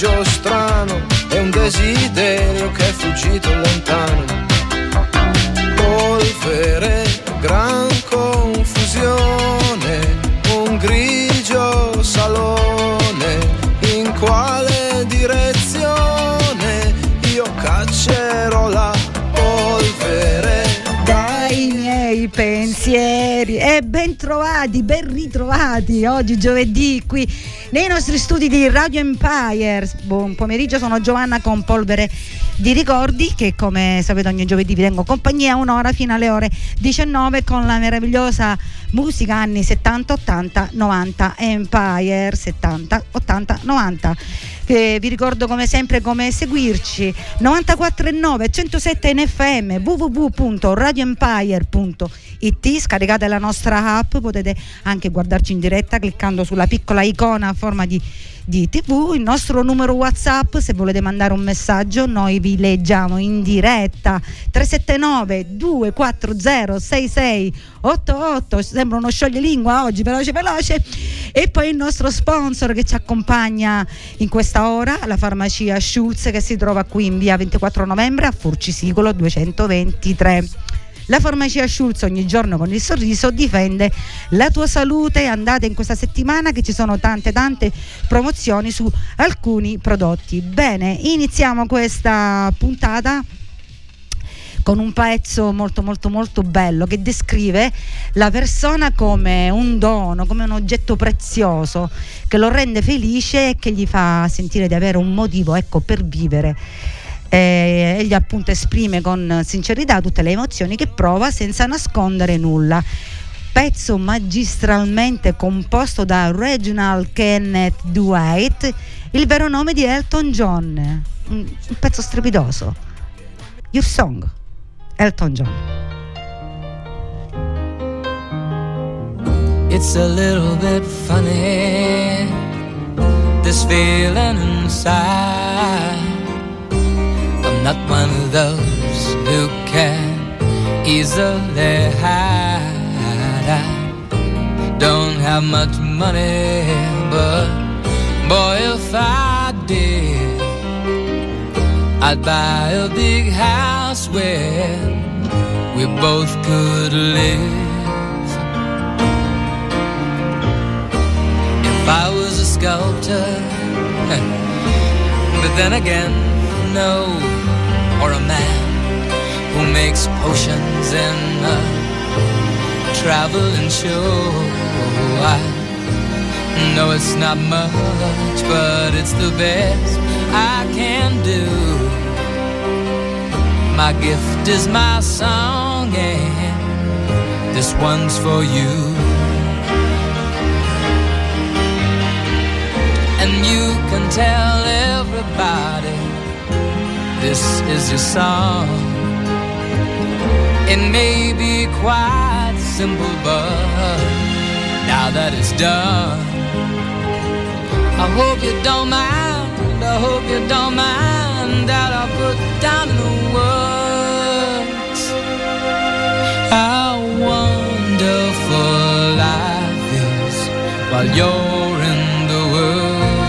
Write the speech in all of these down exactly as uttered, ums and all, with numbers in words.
grigio strano, è un desiderio che è fuggito lontano. Polvere, gran confusione, un grigio salone, in quale direzione io caccerò la polvere dai miei pensieri. E ben trovati, ben ritrovati oggi giovedì qui nei nostri studi di Radio Empire. Buon pomeriggio, sono Giovanna con Polvere di Ricordi, che come sapete ogni giovedì vi tengo compagnia un'ora fino alle ore diciannove con la meravigliosa musica anni settanta, ottanta, novanta, Empire settanta, ottanta, novanta. Eh, vi ricordo come sempre come seguirci: novantaquattro virgola nove, centosette in F M, w w w punto radio empire punto i t. Scaricate la nostra app, potete anche guardarci in diretta cliccando sulla piccola icona a forma di di tivù. Il nostro numero WhatsApp, se volete mandare un messaggio noi vi leggiamo in diretta, tre sette nove due quattro zero sei sei otto otto. Sembra uno scioglilingua oggi, veloce veloce. E poi il nostro sponsor che ci accompagna in questa ora, la farmacia Schulz, che si trova qui in via ventiquattro novembre a Furcisicolo duecentoventitré. La farmacia Schulz, ogni giorno con il sorriso, difende la tua salute. Andate in questa settimana che ci sono tante tante promozioni su alcuni prodotti. Bene, iniziamo questa puntata con un pezzo molto molto molto bello che descrive la persona come un dono, come un oggetto prezioso che lo rende felice e che gli fa sentire di avere un motivo, ecco, per vivere. Eh, egli appunto esprime con sincerità tutte le emozioni che prova senza nascondere nulla. Pezzo magistralmente composto da Reginald Kenneth Dwight, il vero nome di Elton John. Un, un pezzo strepitoso. Your Song, Elton John. It's a little bit funny, this feeling inside. I'm not one of those who can easily hide. I don't have much money, but boy, if I did, I'd buy a big house where we both could live. If I was a sculptor, but then again, no, or a man who makes potions in a traveling show. I know it's not much, but it's the best I can do. My gift is my song, and this one's for you. And you can tell everybody this is your song. It may be quite simple, but now that it's done, I hope you don't mind, I hope you don't mind that I put down in the words how wonderful life is while you're in the world.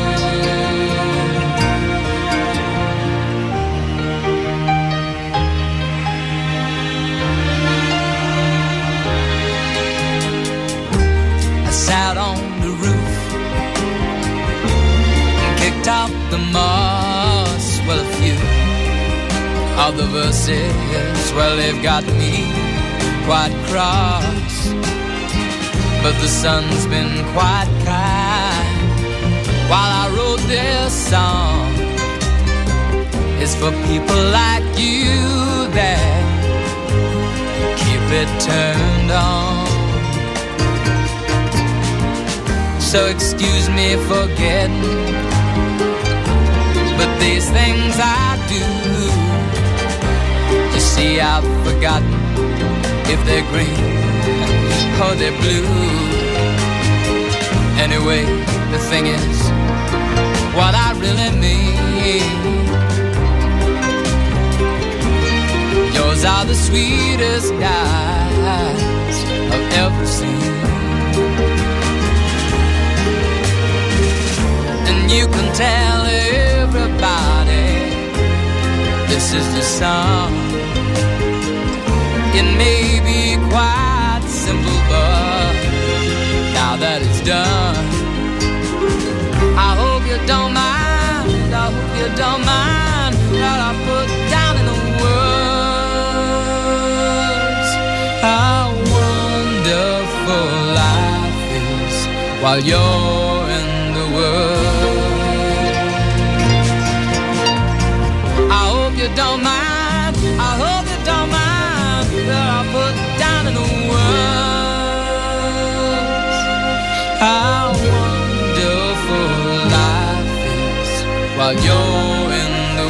Out on the roof and kicked out the moss. Well, a few of the verses, well, they've got me quite cross, but the sun's been quite kind while I wrote this song. It's for people like you that keep it turned on. So excuse me for getting, but these things I do, you see I've forgotten if they're green or they're blue. Anyway, the thing is, what I really mean, yours are the sweetest eyes I've ever seen. And you can tell this is the song. It may be quite simple, but now that it's done, I hope you don't mind, I hope you don't mind what I put down in the words. How wonderful life is while you're in the world. I hope you don't mind, I hope you don't mind that I put down in the words. How wonderful life is while you're in the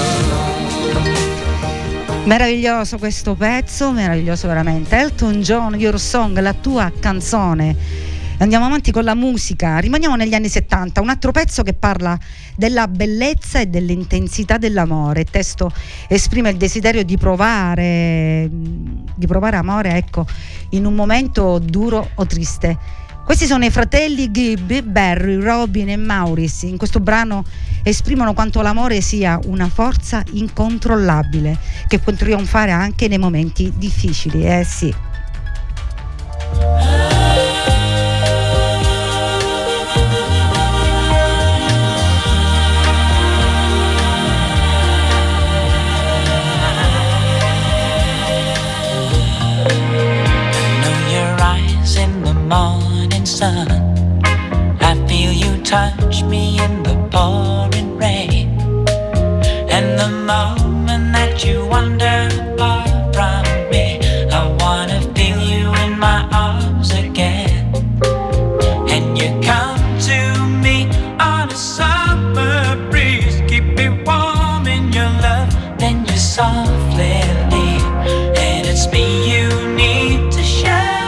world. Meraviglioso questo pezzo, meraviglioso veramente. Elton John, Your Song, la tua canzone. Andiamo avanti con la musica, rimaniamo negli anni settanta, un altro pezzo che parla della bellezza e dell'intensità dell'amore. Il testo esprime il desiderio di provare di provare amore, ecco, in un momento duro o triste. Questi sono i fratelli Gibb, Barry, Robin e Maurice. In questo brano esprimono quanto l'amore sia una forza incontrollabile che può trionfare anche nei momenti difficili. Eh sì. Morning sun, I feel you touch me in the pouring rain, and the moment that you wander far from me, I wanna feel you in my arms again. And you come to me on a summer breeze, keep me warm in your love, then you softly leave, and it's me you need to show.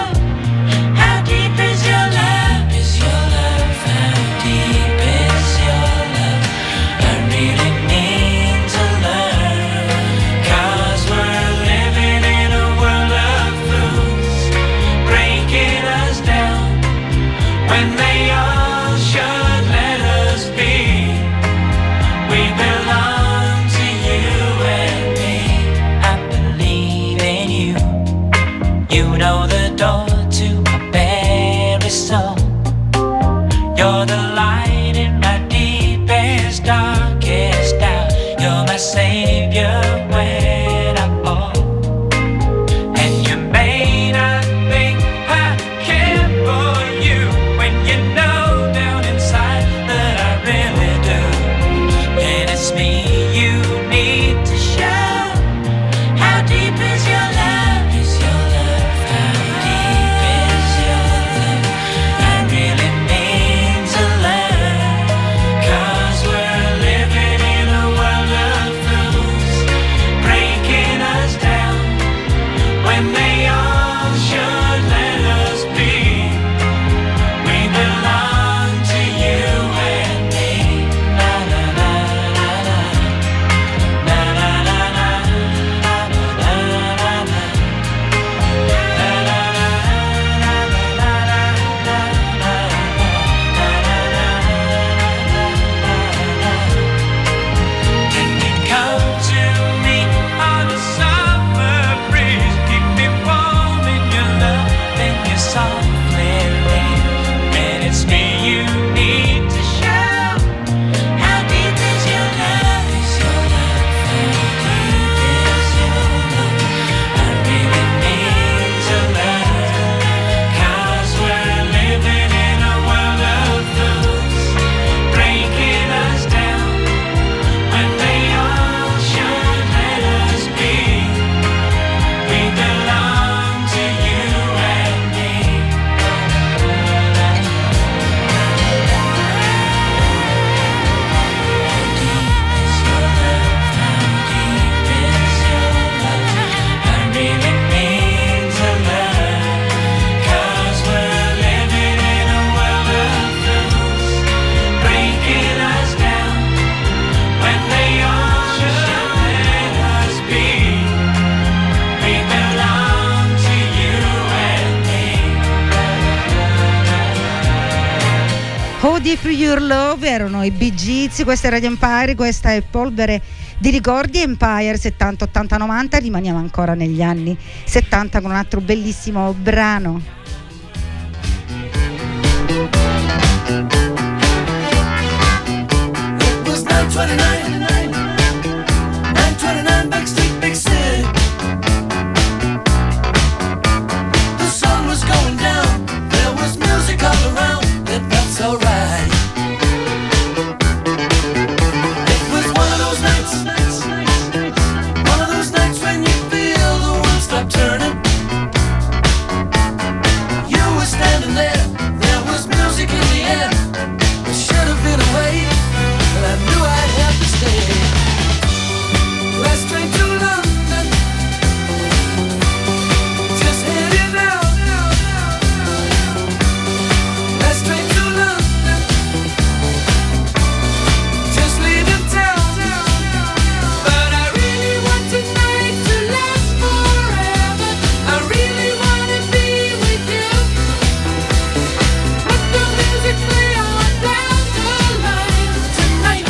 You're the light in my deepest, darkest doubt. You're my savior when I fall. And you may not think I care for you when you know down inside that I really do. And it's me you need to show. How deep is your love? Is your love? How deep is your love? I really mean to learn, 'cause we're living in a world of fools, breaking us down when they all should let us be. We belong to you and me. Na na na na na, na na na na, na na na na, na na na Can you come to me on a summer breeze, keep me warm in your love, then you softly leave, and it's me you need to show. How deep is your love? Is your love? How deep is your love? I really need to learn, 'cause we're living in a world of fools, breaking us down when they all should let us be. We belong to you and me. How deep is your love? How deep is your love? I really mean to learn, 'cause we're living in a world of fools, breaking us down when they all should let us be. We belong to you and me. How Deep Your Love erano i Bee Gees, questa è Radio Empire, questa è Polvere di ricordi. Empire settanta, ottanta, novanta, rimaniamo ancora negli anni settanta con un altro bellissimo brano. It was nine twenty-nine, nine twenty-nine Backstreet Big City. The sun was going down, there was music all around, it felt so right. It was one of those nights, one of those nights when you feel the world stop turning. You were standing there, there was music in the air. I should have been away, but I knew I'd have to stay. Last train to London, just heading out. Last train to London, just leaving town. But I really want tonight to last forever. I really wanna be with you. Let the music play on down the line tonight.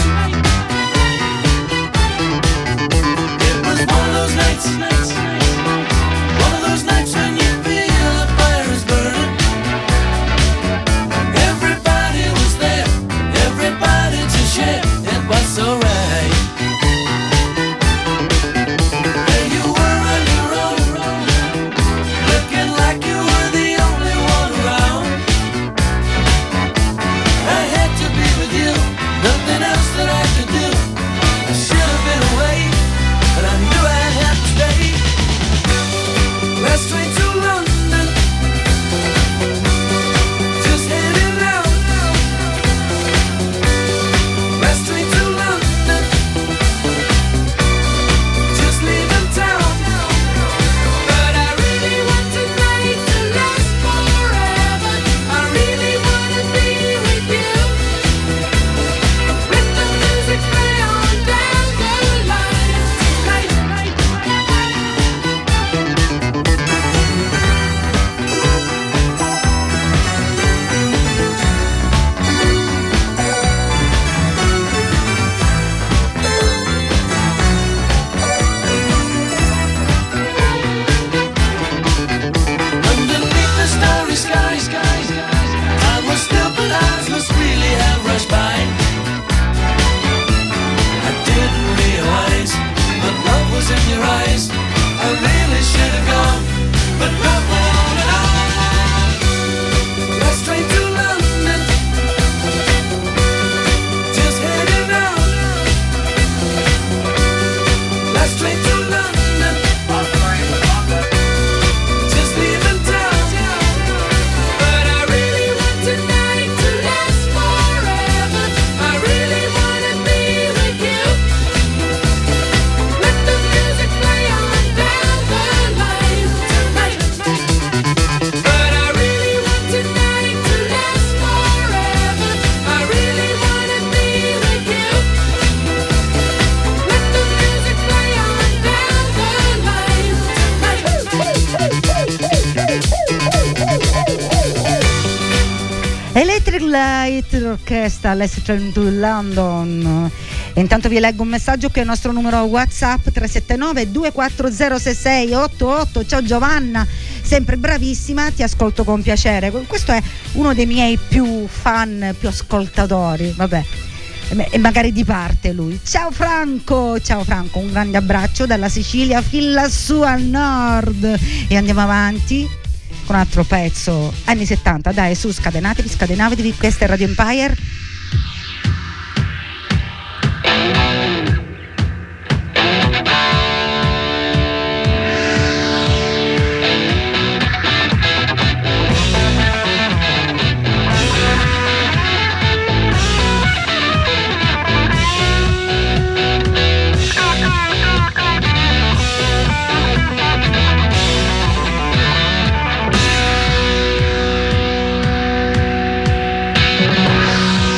It was one of those nights, one of those nights when you feel the fire is burning. Everybody was there, everybody to share. It was so right. There you were on your own, looking like you were the only one around. I had to be with you, nothing else that I could do. I should have been away, but I knew I'd have to stay. Last train to London, just heading out. Last train to London, just leaving town. But I really want tonight to last forever. I really wanna be with you. Let the music play on down the line tonight. Underneath the starry sky, time was still, but ours must really have rushed by. I didn't realize, but love was in your eyes. I really should have gone, but love went on and on. Last train to London, just heading out. Last train to London, just leaving town. But I really want tonight to last forever. I really wanna be with you. Let the music play on down the line tonight. But I really want tonight to last forever. I really wanna be with you. Let the music play on down the line Electric Light Orchestra, Last Train to London. E intanto vi leggo un messaggio che è il nostro numero WhatsApp tre sette nove due quattro zero sei sei otto otto. Ciao Giovanna, sempre bravissima, ti ascolto con piacere. Questo è uno dei miei più fan, più ascoltatori, vabbè, e magari di parte lui. Ciao Franco, ciao Franco, un grande abbraccio dalla Sicilia fin lassù al nord. E andiamo avanti con un altro pezzo anni settanta. Dai, su, scatenatevi, scatenatevi. Questa è Radio Empire. Thank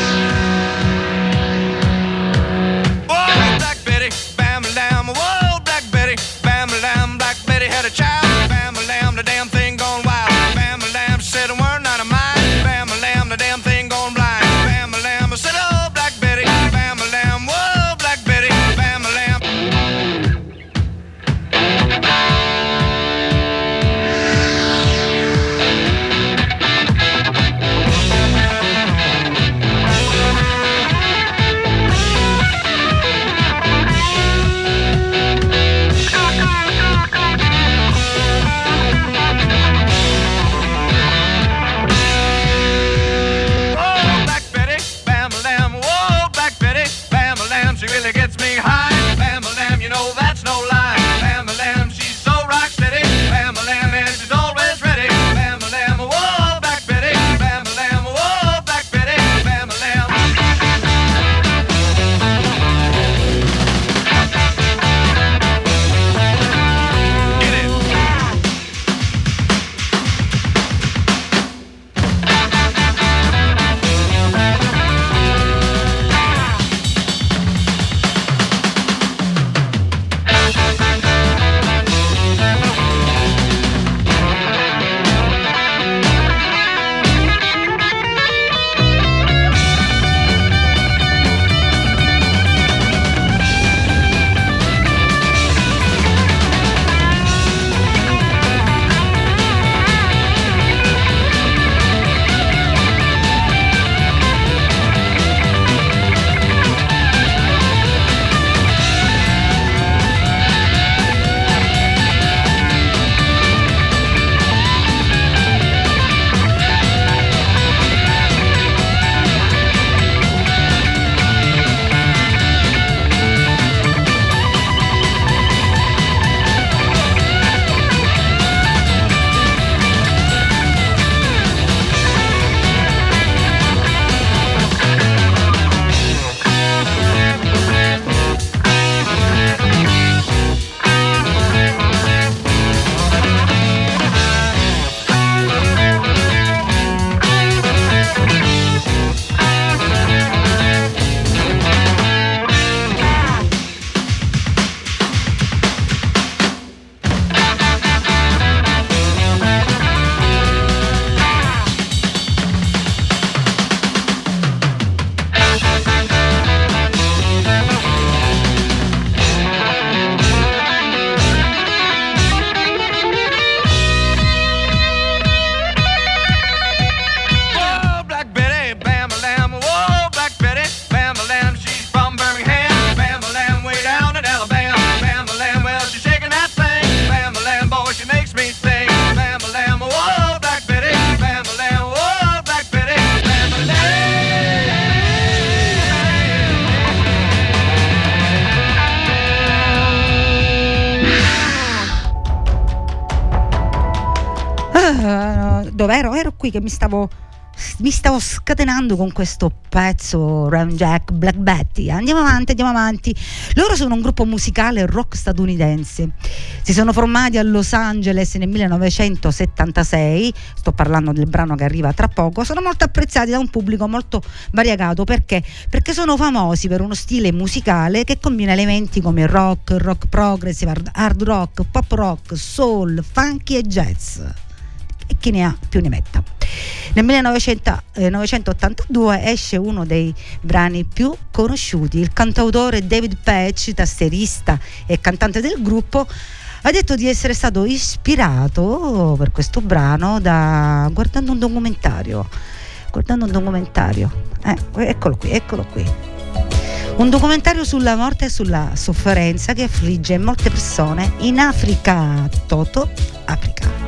dove ero? Ero qui che mi stavo mi stavo scatenando con questo pezzo Ram Jack Black Betty. Andiamo avanti, andiamo avanti. Loro sono un gruppo musicale rock statunitense. Si sono formati a Los Angeles nel millenovecentosettantasei. Sto parlando del brano che arriva tra poco. Sono molto apprezzati da un pubblico molto variegato. Perché? Perché sono famosi per uno stile musicale che combina elementi come rock, rock progressive, hard- hard rock, pop rock, soul, funky e jazz. E chi ne ha più ne metta. Nel millenovecentottantadue esce uno dei brani più conosciuti. Il cantautore David Patch, tastierista e cantante del gruppo, ha detto di essere stato ispirato per questo brano da guardando un documentario. Guardando un documentario. Eh, eccolo qui, eccolo qui. Un documentario sulla morte e sulla sofferenza che affligge molte persone in Africa. Toto, Africa.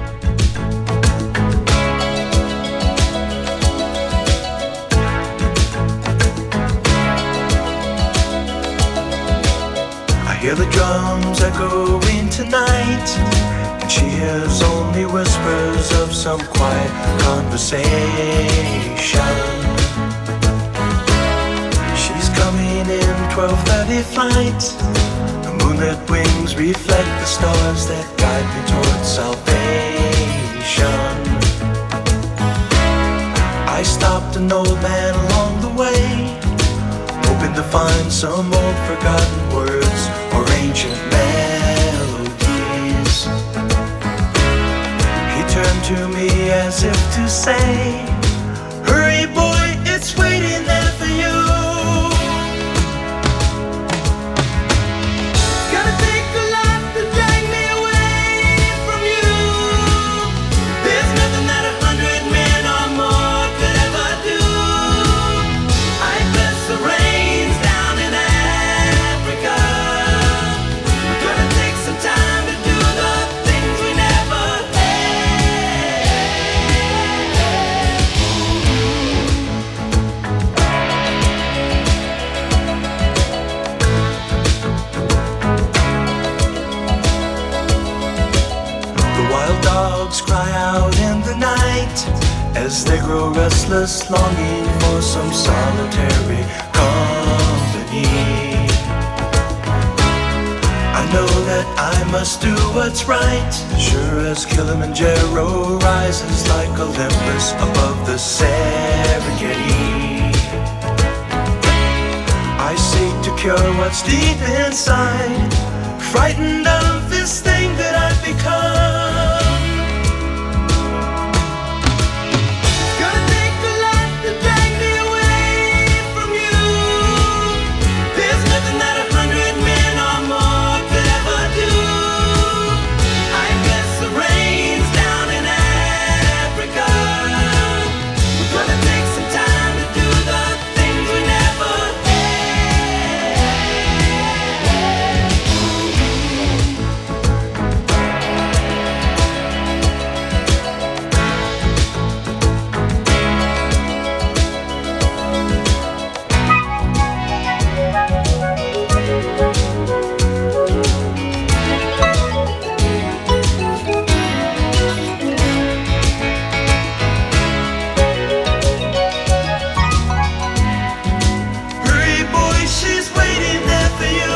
I hear the drums echoing tonight, and she hears only whispers of some quiet conversation. She's coming in twelve thirty flight. The moonlit wings reflect the stars that guide me towards salvation. I stopped an old man along the way, hoping to find some old forgotten words or ancient melodies. He turned to me as if to say, hurry boy, it's waiting there for you. Gonna take a lot to drag me away from you. There's nothing that a hundred men or more could ever do. I bless the rains down in Africa. We're gonna take some time to do the things we never had. The wild dogs cry out in the night as they grow restless, longing for some solitary company. I know that I must do what's right, sure as Kilimanjaro rises like Olympus above the Serengeti. I seek to cure what's deep inside, frightened of this thing that I've become. Gonna take a lot to drag me away from you. There's nothing that a hundred men or more could ever do. I bless the rains down in Africa. We're gonna take some time to do the things we never had. Hurry boy, she's waiting there for you.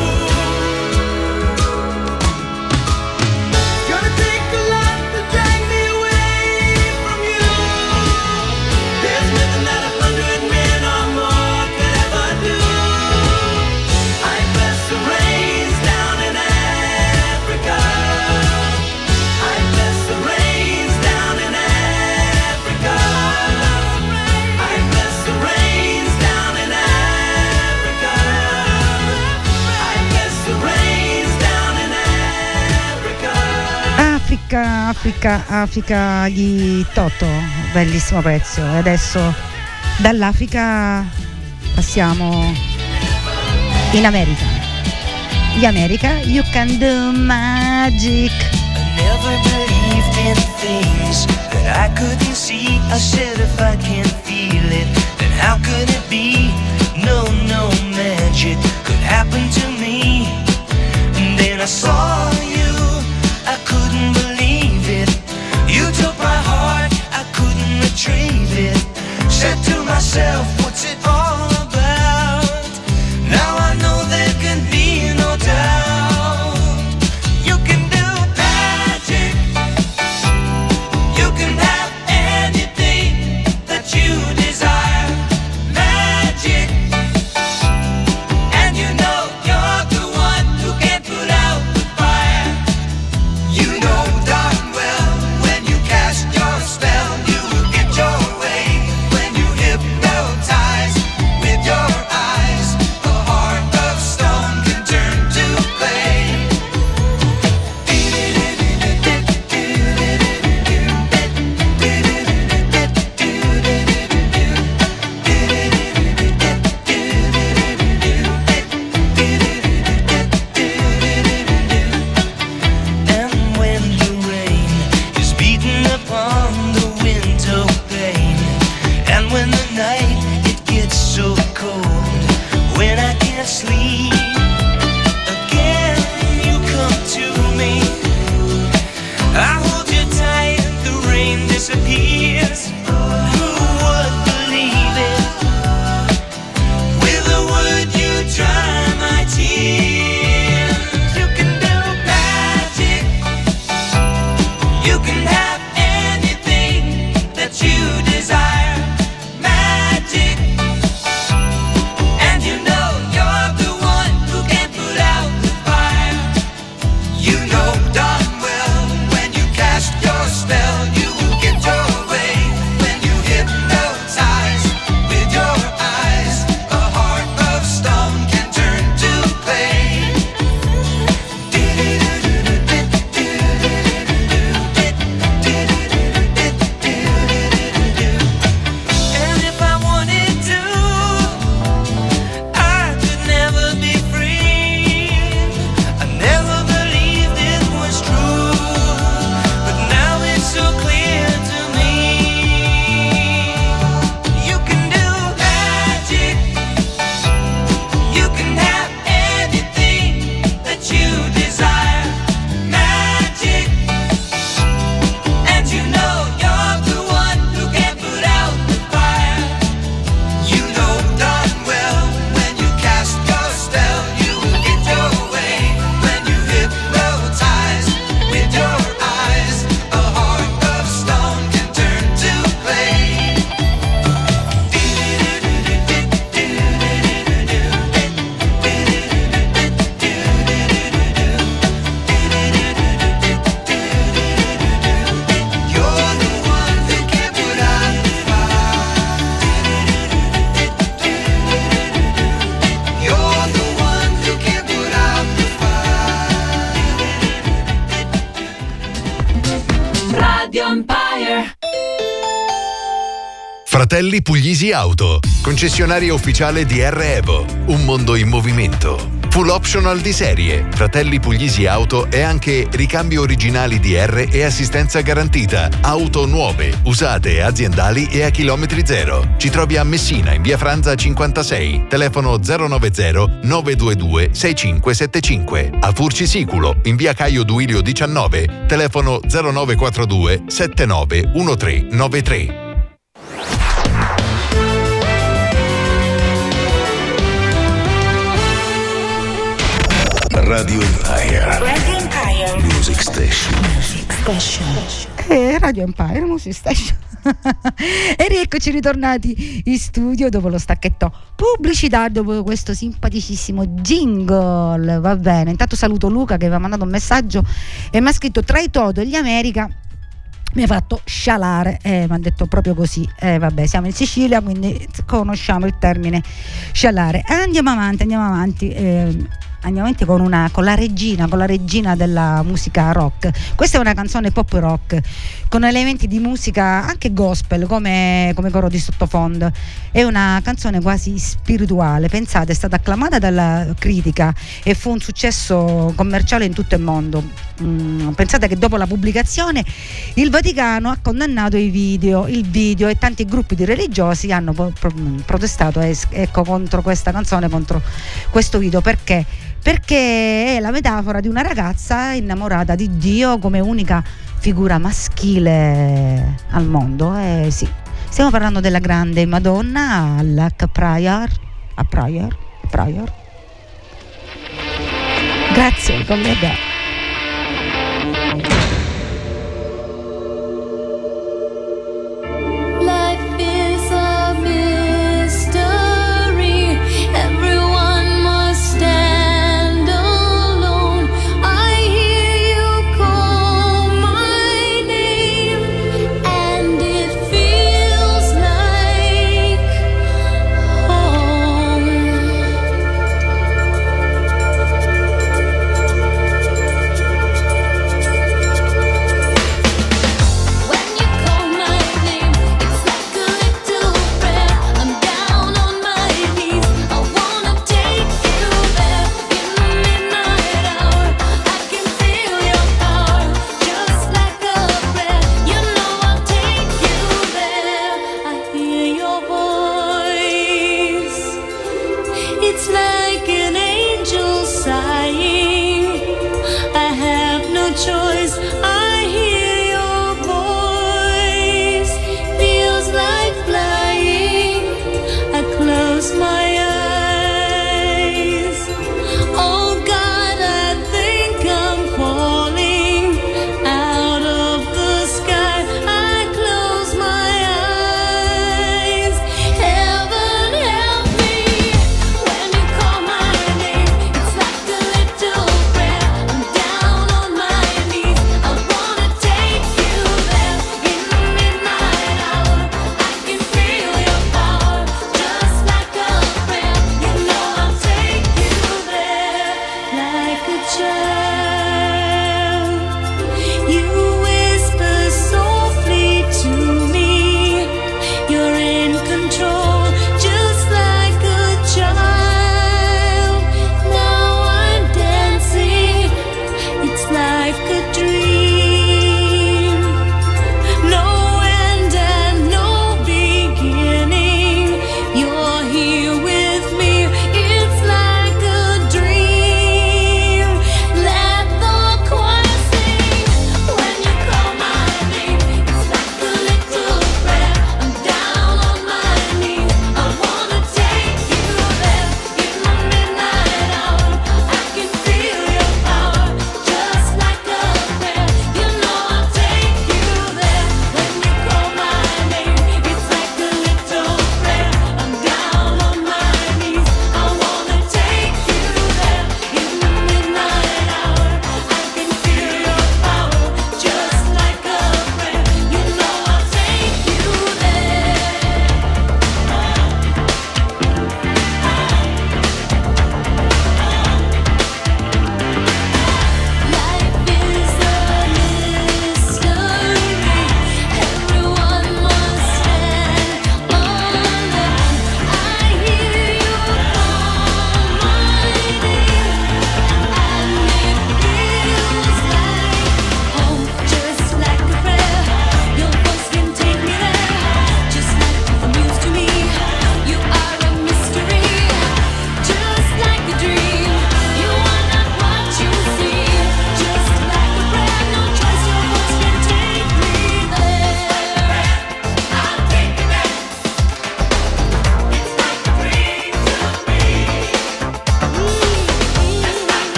Gonna take a lot to drag me away from you. There's nothing that a hundred men or more could ever do. I bless the rains down in Africa. I bless the rains down in Africa. I bless the rains down in Africa. I bless the rains down in Africa. Africa, Africa, Africa di Toto, bellissimo pezzo. E adesso dall'Africa passiamo in America. Gli America, You Can Do Magic. Never believed in things that I couldn't see. I said if I can't feel it, then how could it be? No, no magic could happen to me. And then I saw you, I couldn't believe it. You took my heart, traded. Said to myself, what's it all about? Now I know there can be no doubt. You can do magic. You can have anything that you desire. Magic. And you know you're the one who can put out the fire. You know darn well when you cast your spell, you will get your way. When you hypnotize with your eyes, a heart of stone can turn to clay. And when the rain is beating upon the window pane, and when the night it gets so cold, when I can't sleep, again you come to me. I hold you tight, the rain disappears. Who would believe it? With a word you dry my tears. You can do magic. You can have anything that you desire. Magic. And you know you're the one who can put out the fire. You know darn well when you cast your spell, you will get your way. When you hypnotize with your eyes, a heart of stone can turn to clay. And if I wanted to, I could never be free. I never believed it was true, but now it's so clear to me. You can do magic. You can have anything that you desire. Magic. And you know you're the one who can put out the fire. You know darn well when you cast your spell, you will get your way. When you hypnotize with your eyes, a heart of stone can turn to clay. You're the one who can put out the fire. You're the one who can put out the fire. Radio Empire. Fratelli Puglisi Auto, concessionaria ufficiale di R Evo, un mondo in movimento. Full optional di serie. Fratelli Puglisi Auto è anche ricambi originali D R e assistenza garantita. Auto nuove, usate, aziendali e a chilometri zero. Ci trovi a Messina in via Franza cinquantasei, telefono zero nove zero nove due due sei cinque sette cinque. A Furci Siculo in via Caio Duilio diciannove, telefono zero nove quattro due sette nove uno tre nove tre. Radio Empire. Radio Empire. Music Station. Music Station. Eh, Radio Empire Music Station. E rieccoci ritornati in studio dopo lo stacchetto pubblicità, dopo questo simpaticissimo jingle. Va bene, intanto saluto Luca che aveva mandato un messaggio e mi ha scritto: tra i Toto e gli America mi ha fatto scialare, eh, mi ha detto proprio così. Eh, vabbè, siamo in Sicilia, quindi conosciamo il termine scialare. Eh, andiamo avanti, andiamo avanti. Eh, andiamo avanti con una con la regina, con la regina della musica rock. Questa è una canzone pop rock con elementi di musica anche gospel come, come coro di sottofondo. È una canzone quasi spirituale. Pensate, è stata acclamata dalla critica e fu un successo commerciale in tutto il mondo. Mm, pensate che dopo la pubblicazione il Vaticano ha condannato i video, il video e tanti gruppi di religiosi hanno pro- pro- protestato es- ecco, contro questa canzone, contro questo video. Perché? Perché è la metafora di una ragazza innamorata di Dio come unica figura maschile al mondo. Eh sì, Stiamo parlando della grande Madonna alla Capriar, a Prior, Prior. Grazie collega. Life is a mystery. Everyone must stand alone. I hear you call my name, and it feels like home.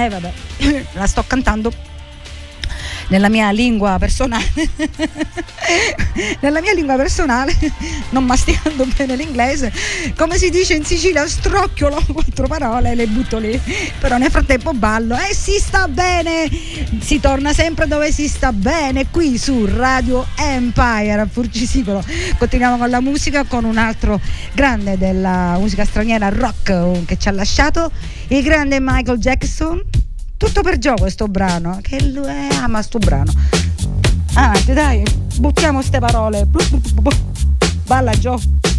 Eh vabbè, la sto cantando nella mia lingua personale nella mia lingua personale, non masticando bene l'inglese, come si dice in Sicilia, strocchiolo quattro parole e le butto lì, però nel frattempo ballo e si sta bene, si torna sempre dove si sta bene, qui su Radio Empire a Furcisicolo. Continuiamo con la musica, con un altro grande della musica straniera rock che ci ha lasciato, il grande Michael Jackson. Tutto per Joe questo brano, che lui ama sto brano. Avanti dai, buttiamo ste parole. Balla Joe.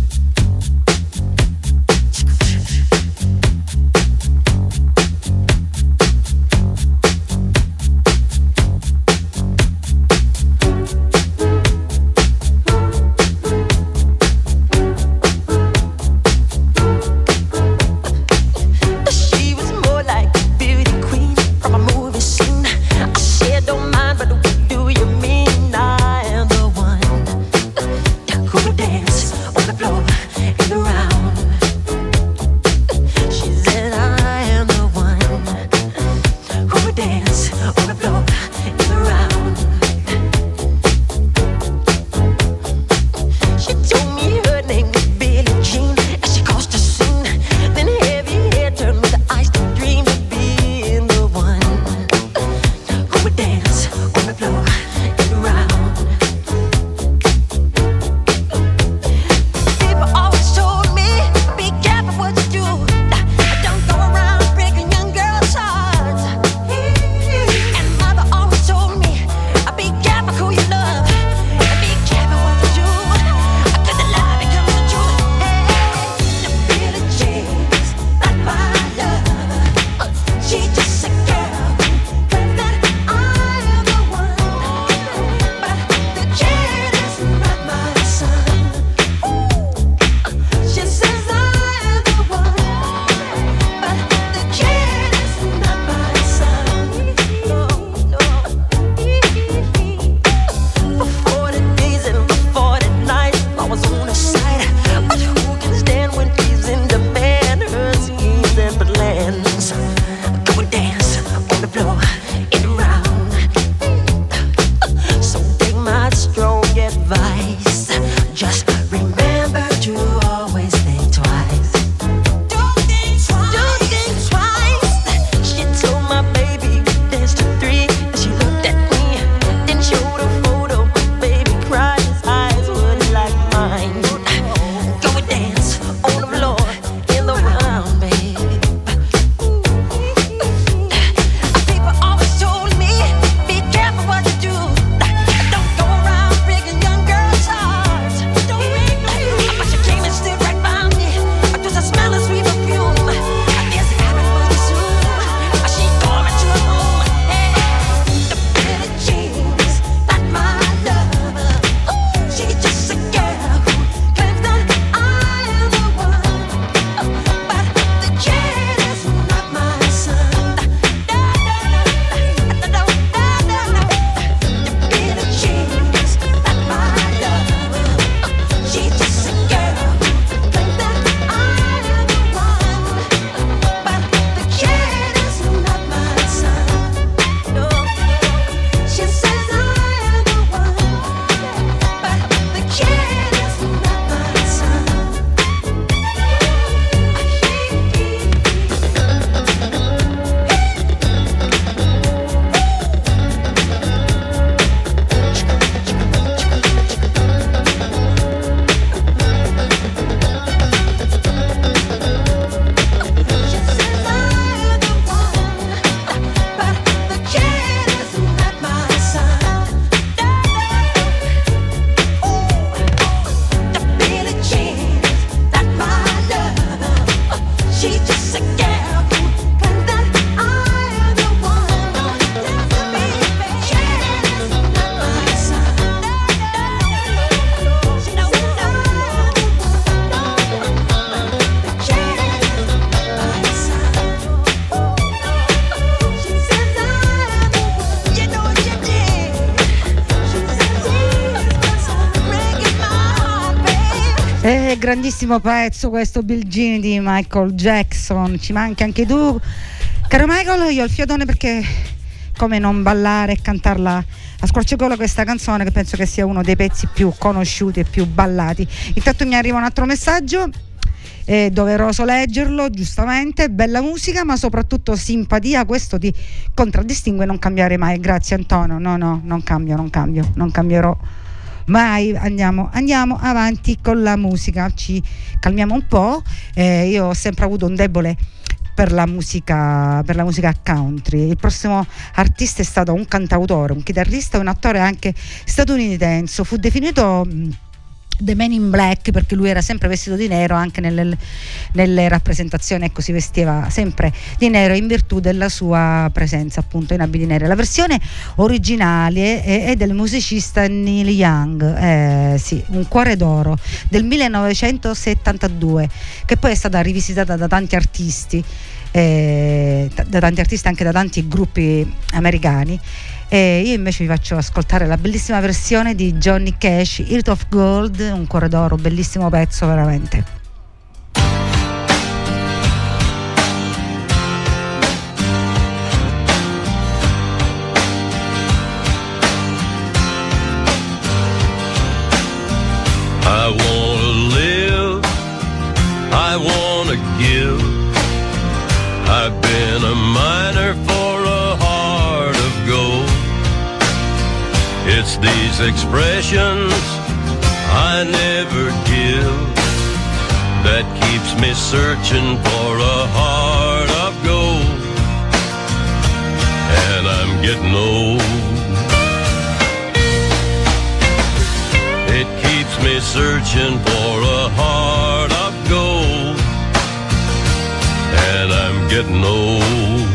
Eh, grandissimo pezzo questo, Billie Jean di Michael Jackson. Ci manchi anche tu, Caro Michael, io ho il fiatone perché come non ballare e cantarla a squarciagola questa canzone, che penso che sia uno dei pezzi più conosciuti e più ballati. Intanto mi arriva un altro messaggio, è doveroso leggerlo, giustamente, bella musica ma soprattutto simpatia, questo ti contraddistingue, non cambiare mai. Grazie Antonio, no no, non cambio, non cambio, non cambierò mai. Andiamo, andiamo avanti con la musica, ci calmiamo un po'. Eh, io ho sempre avuto un debole per la musica per la musica country. Il prossimo artista è stato un cantautore, un chitarrista e un attore anche statunitense. Fu definito mh, The Man in Black perché lui era sempre vestito di nero anche nelle, nelle rappresentazioni, ecco, si vestiva sempre di nero in virtù della sua presenza appunto in abiti neri. La versione originale è, è del musicista Neil Young, eh, sì, Un cuore d'oro del millenovecentosettantadue, che poi è stata rivisitata da tanti artisti, eh, da tanti artisti anche da tanti gruppi americani. E io invece vi faccio ascoltare la bellissima versione di Johnny Cash, Heart of Gold, Un cuore d'oro, bellissimo pezzo veramente. I wanna live, I wanna give. I've been a miner for a heart of gold. It's these expressions I never give that keeps me searching for a heart of gold. And I'm getting old. It keeps me searching for a heart of gold. And I'm getting old.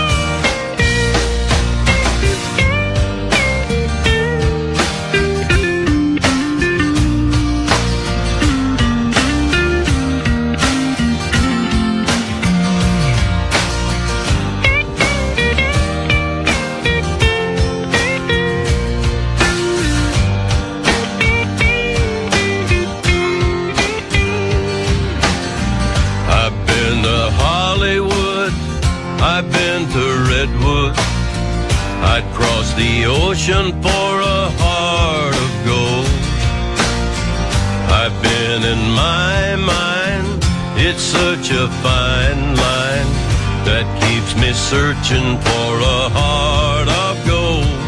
I've been to Redwood. I'd cross the ocean for a heart of gold. I've been in my mind, it's such a fine line that keeps me searching for a heart of gold.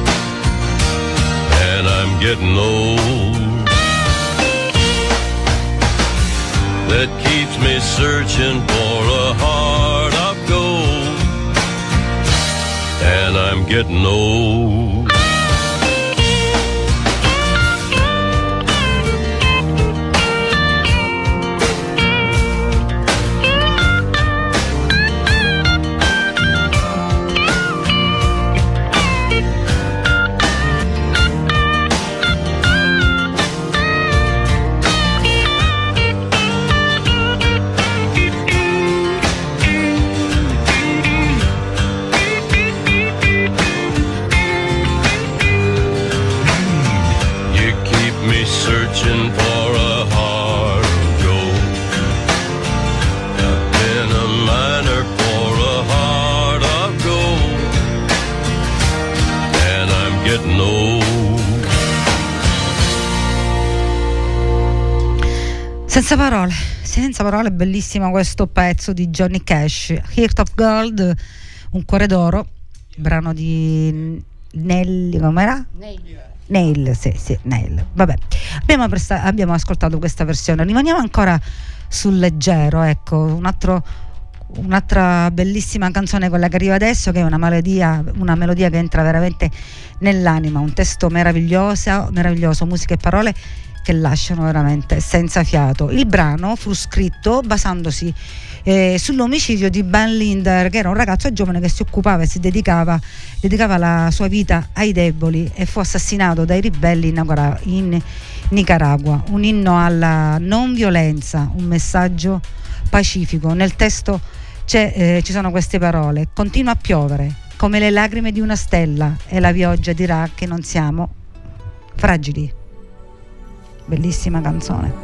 And I'm getting old. That keeps me searching for a heart of gold. And I'm getting old. Searching for a heart of gold. I've been a miner for a heart of gold. And I'm getting old. Senza parole, senza parole, bellissimo questo pezzo di Johnny Cash, Heart of Gold, Un cuore d'oro, brano di Nelly, com'era? Nail, sì, sì, Nail. Vabbè, abbiamo, presta- abbiamo ascoltato questa versione. Rimaniamo ancora sul leggero, ecco, un altro, un'altra bellissima canzone, quella che arriva adesso, che è una melodia, una melodia che entra veramente nell'anima, un testo meraviglioso, meraviglioso, musica e parole che lasciano veramente senza fiato. Il brano fu scritto basandosi eh, sull'omicidio di Ben Linder, che era un ragazzo giovane che si occupava e si dedicava, dedicava la sua vita ai deboli, e fu assassinato dai ribelli in, Agora- in Nicaragua. Un inno alla non violenza, un messaggio pacifico. Nel testo c'è, eh, ci sono queste parole: continua a piovere come le lacrime di una stella e la pioggia dirà che non siamo fragili. Bellissima canzone.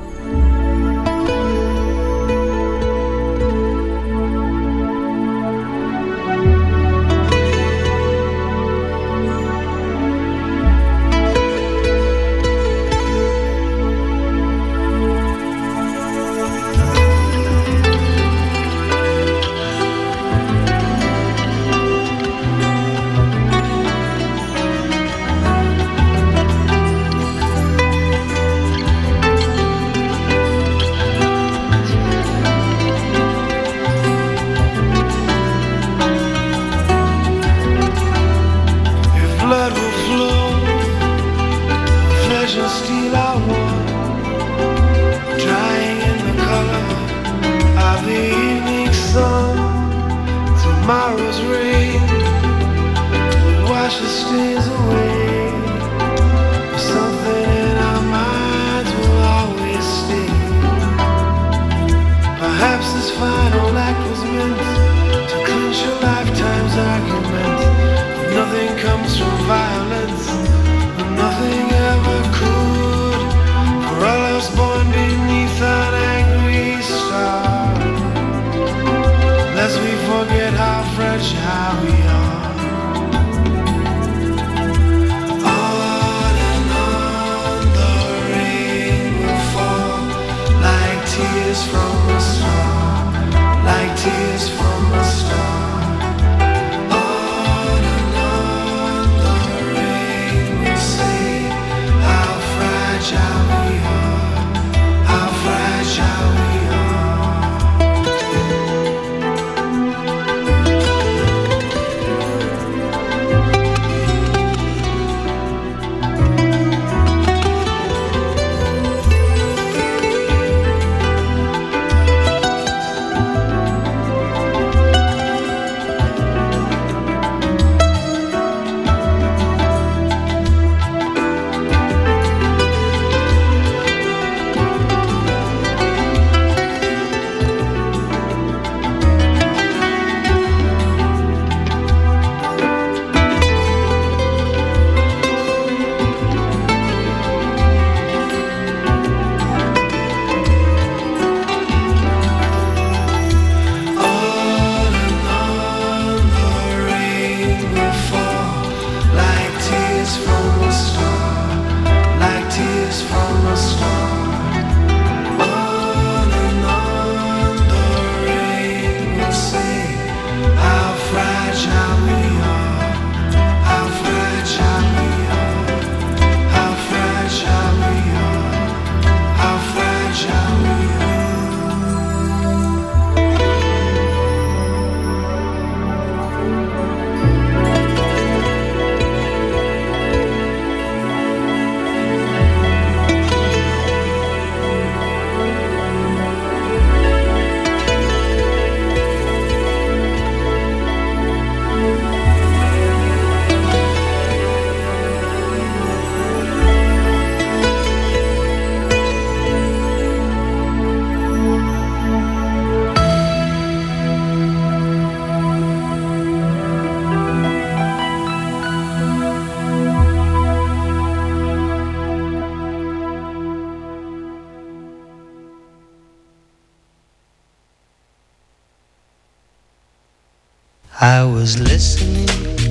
was listening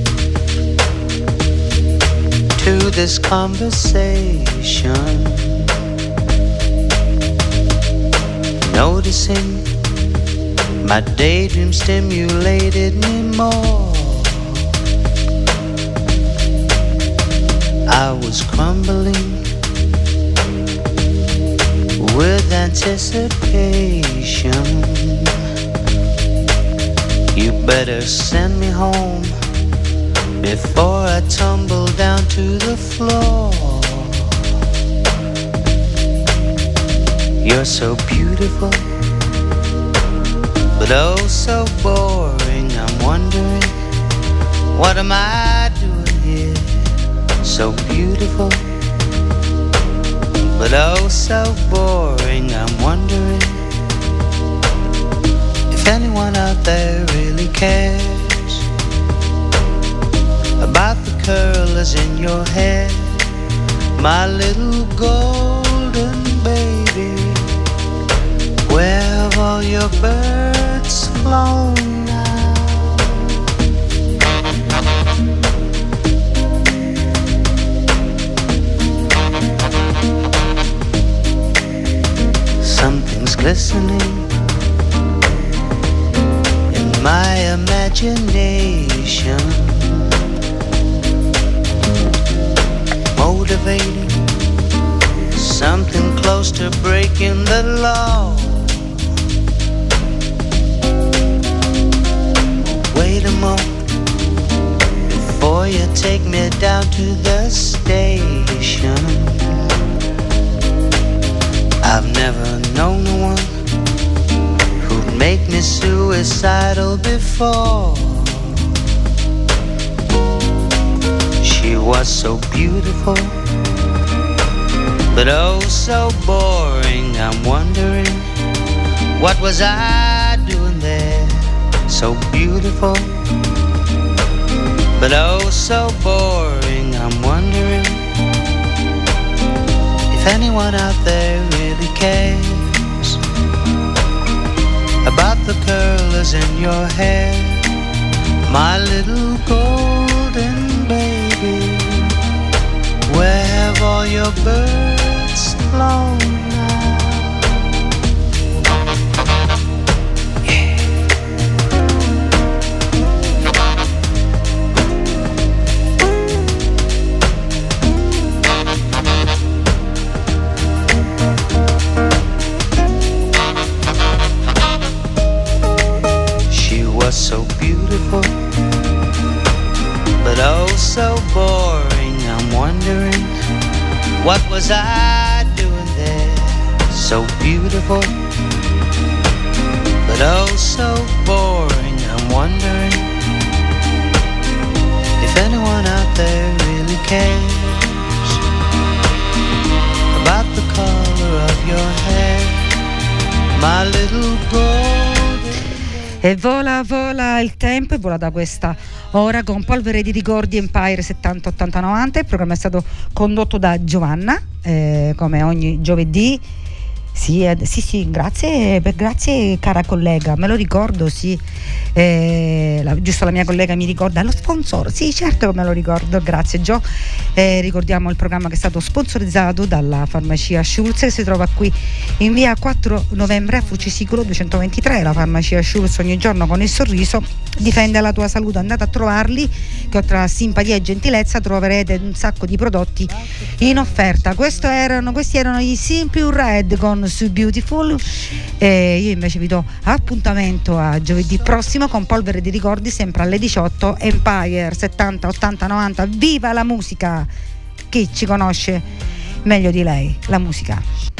to this conversation, noticing my daydream stimulated me more. I was crumbling with anticipation. You better send me home before I tumble down to the floor. You're so beautiful, but oh so boring. I'm wondering, what am I doing here? So beautiful, but oh so boring. I'm wondering if anyone out there really cares about the curlers in your hair, my little golden baby. Where have all your birds flown now? Something's glistening in my imagination, motivating something close to breaking the law. Wait a moment before you take me down to the station. I've never known one who'd make me suicidal before. She was so beautiful, but oh so boring. I'm wondering, what was I doing there? So beautiful, but oh so boring. I'm wondering if anyone out there really cares about the curlers in your hair, my little golden baby. Where have all your birds flown now? Yeah. She was so beautiful, but oh so boring. I'm wondering, what was I doing there? So beautiful, but oh so boring. I'm wondering if anyone out there really cares about the color of your hair, my little golden. E vola, vola il tempo e vola da questa ora con Polvere di ricordi Empire settanta ottanta novanta. Il programma è stato condotto da Giovanna, eh, come ogni giovedì. Sì, eh, sì, sì, grazie, per, grazie cara collega, me lo ricordo, sì. Eh, la, giusto la mia collega mi ricorda lo sponsor, sì certo che me lo ricordo, grazie Gio. Eh, ricordiamo il programma che è stato sponsorizzato dalla farmacia Schulz, che si trova qui in via quattro novembre a Fucisicolo duecentoventitré. La farmacia Schulz ogni giorno con il sorriso difende la tua salute. Andate a trovarli, che oltre a simpatia e gentilezza troverete un sacco di prodotti in offerta. Questo erano, questi erano i Simply Red con So Beautiful. E io invece vi do appuntamento a giovedì prossimo con Polvere di ricordi, sempre alle diciotto. Empire settanta ottanta novanta. Viva la musica! Chi ci conosce meglio di lei la musica?